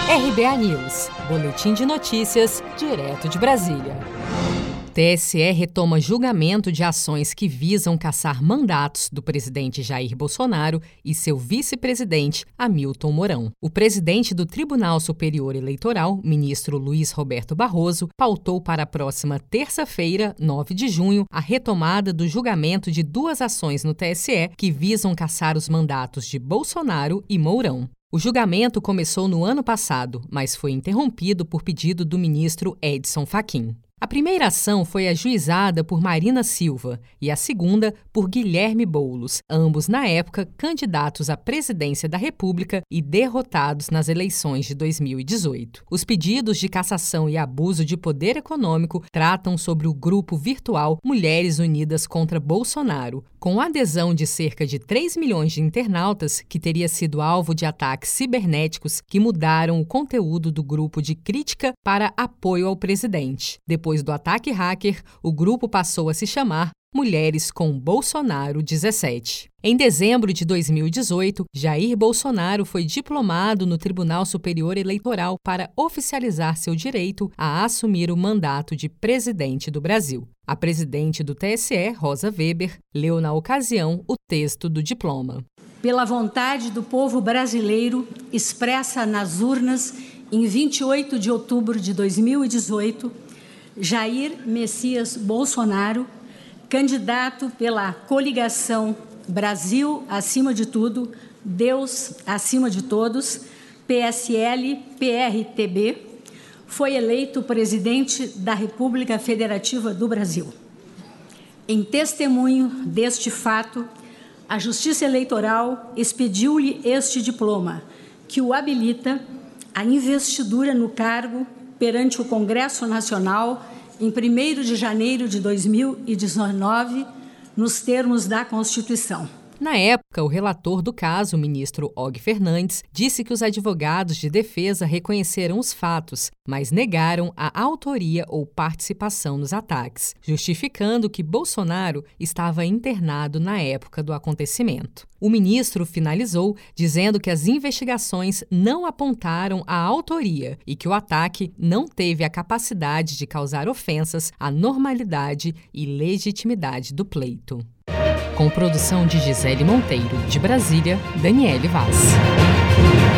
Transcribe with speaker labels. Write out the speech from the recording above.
Speaker 1: RBA News, boletim de notícias, direto de Brasília. TSE retoma julgamento de ações que visam cassar mandatos do presidente Jair Bolsonaro e seu vice-presidente, Hamilton Mourão. O presidente do Tribunal Superior Eleitoral, ministro Luiz Roberto Barroso, pautou para a próxima terça-feira, 9 de junho, a retomada do julgamento de duas ações no TSE que visam cassar os mandatos de Bolsonaro e Mourão. O julgamento começou no ano passado, mas foi interrompido por pedido do ministro Edson Fachin. A primeira ação foi ajuizada por Marina Silva e a segunda por Guilherme Boulos, ambos, na época, candidatos à presidência da República e derrotados nas eleições de 2018. Os pedidos de cassação e abuso de poder econômico tratam sobre o grupo virtual Mulheres Unidas contra Bolsonaro, com adesão de cerca de 3 milhões de internautas que teria sido alvo de ataques cibernéticos que mudaram o conteúdo do grupo de crítica para apoio ao presidente. Depois do ataque hacker, o grupo passou a se chamar Mulheres com Bolsonaro 17. Em dezembro de 2018, Jair Bolsonaro foi diplomado no Tribunal Superior Eleitoral para oficializar seu direito a assumir o mandato de presidente do Brasil. A presidente do TSE, Rosa Weber, leu na ocasião o texto do diploma.
Speaker 2: Pela vontade do povo brasileiro expressa nas urnas em 28 de outubro de 2018, Jair Messias Bolsonaro, candidato pela coligação Brasil acima de tudo, Deus acima de todos, PSL-PRTB, foi eleito presidente da República Federativa do Brasil. Em testemunho deste fato, a Justiça Eleitoral expediu-lhe este diploma, que o habilita à investidura no cargo perante o Congresso Nacional em 1º de janeiro de 2019, nos termos da Constituição.
Speaker 1: Na época, o relator do caso, o ministro Og Fernandes, disse que os advogados de defesa reconheceram os fatos, mas negaram a autoria ou participação nos ataques, justificando que Bolsonaro estava internado na época do acontecimento. O ministro finalizou dizendo que as investigações não apontaram a autoria e que o ataque não teve a capacidade de causar ofensas à normalidade e legitimidade do pleito. Com produção de Gisele Monteiro, de Brasília, Daniele Vaz.